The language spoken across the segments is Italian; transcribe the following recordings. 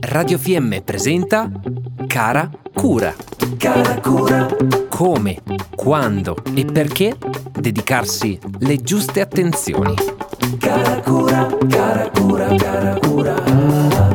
Radio FM presenta Cara Cura. Cara Cura. Come, quando e perché dedicarsi le giuste attenzioni. Cara Cura, cara cura, cara cura.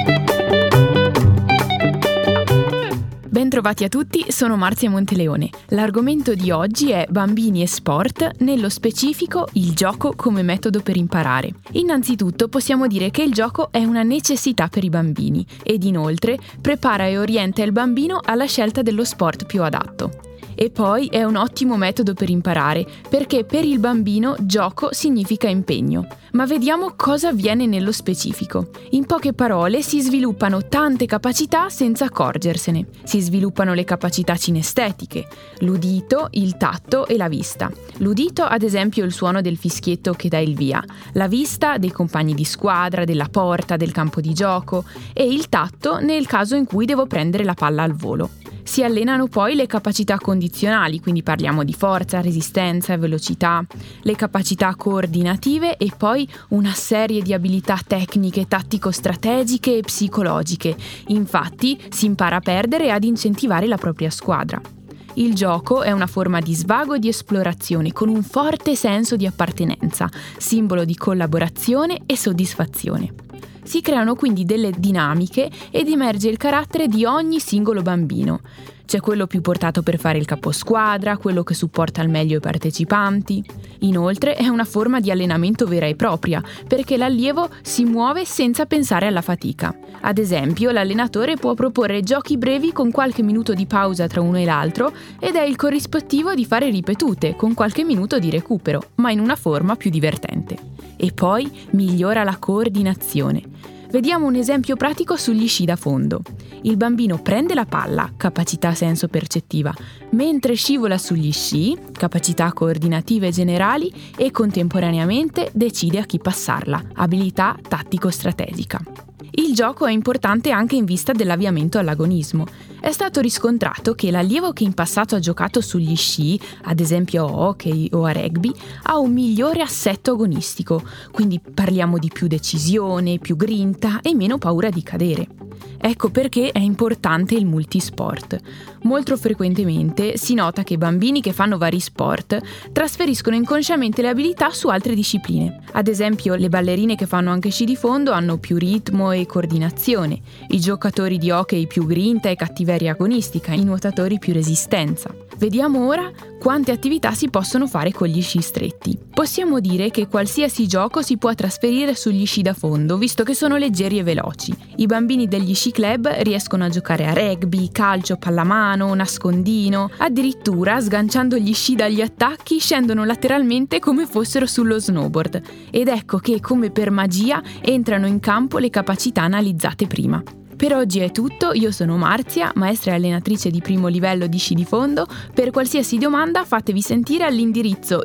Bentrovati a tutti, sono Marzia Monteleone. L'argomento di oggi è bambini e sport, nello specifico il gioco come metodo per imparare. Innanzitutto possiamo dire che il gioco è una necessità per i bambini ed inoltre prepara e orienta il bambino alla scelta dello sport più adatto. E poi è un ottimo metodo per imparare, perché per il bambino gioco significa impegno. Ma vediamo cosa avviene nello specifico. In poche parole si sviluppano tante capacità senza accorgersene. Si sviluppano le capacità cinestetiche, l'udito, il tatto e la vista. L'udito, ad esempio, il suono del fischietto che dà il via, la vista dei compagni di squadra, della porta, del campo di gioco e il tatto nel caso in cui devo prendere la palla al volo. Si allenano poi le capacità condizionali, quindi parliamo di forza, resistenza e velocità, le capacità coordinative e poi una serie di abilità tecniche, tattico-strategiche e psicologiche. Infatti si impara a perdere e ad incentivare la propria squadra. Il gioco è una forma di svago e di esplorazione con un forte senso di appartenenza, simbolo di collaborazione e soddisfazione. Si creano quindi delle dinamiche ed emerge il carattere di ogni singolo bambino. C'è quello più portato per fare il caposquadra, quello che supporta al meglio i partecipanti. Inoltre è una forma di allenamento vera e propria, perché l'allievo si muove senza pensare alla fatica. Ad esempio, l'allenatore può proporre giochi brevi con qualche minuto di pausa tra uno e l'altro ed è il corrispettivo di fare ripetute, con qualche minuto di recupero, ma in una forma più divertente. E poi migliora la coordinazione. Vediamo un esempio pratico sugli sci da fondo. Il bambino prende la palla, capacità senso-percettiva, mentre scivola sugli sci, capacità coordinative generali e contemporaneamente decide a chi passarla, abilità tattico-strategica. Il gioco è importante anche in vista dell'avviamento all'agonismo. È stato riscontrato che l'allievo che in passato ha giocato sugli sci, ad esempio a hockey o a rugby, ha un migliore assetto agonistico, quindi parliamo di più decisione, più grinta e meno paura di cadere. Ecco perché è importante il multisport. Molto frequentemente si nota che bambini che fanno vari sport trasferiscono inconsciamente le abilità su altre discipline. Ad esempio, le ballerine che fanno anche sci di fondo hanno più ritmo e coordinazione, i giocatori di hockey più grinta e cattiveria agonistica, i nuotatori più resistenza. Vediamo ora quante attività si possono fare con gli sci stretti. Possiamo dire che qualsiasi gioco si può trasferire sugli sci da fondo, visto che sono leggeri e veloci. I bambini degli sci club riescono a giocare a rugby, calcio, pallamano, nascondino. Addirittura, sganciando gli sci dagli attacchi, scendono lateralmente come fossero sullo snowboard. Ed ecco che, come per magia, entrano in campo le capacità analizzate prima. Per oggi è tutto, io sono Marzia, maestra e allenatrice di primo livello di sci di fondo. Per qualsiasi domanda fatevi sentire all'indirizzo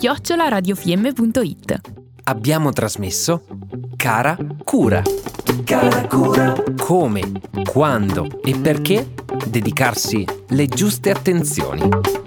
info@radiofm.it. Abbiamo trasmesso Cara Cura. Cara Cura. Come, quando e perché dedicarsi le giuste attenzioni.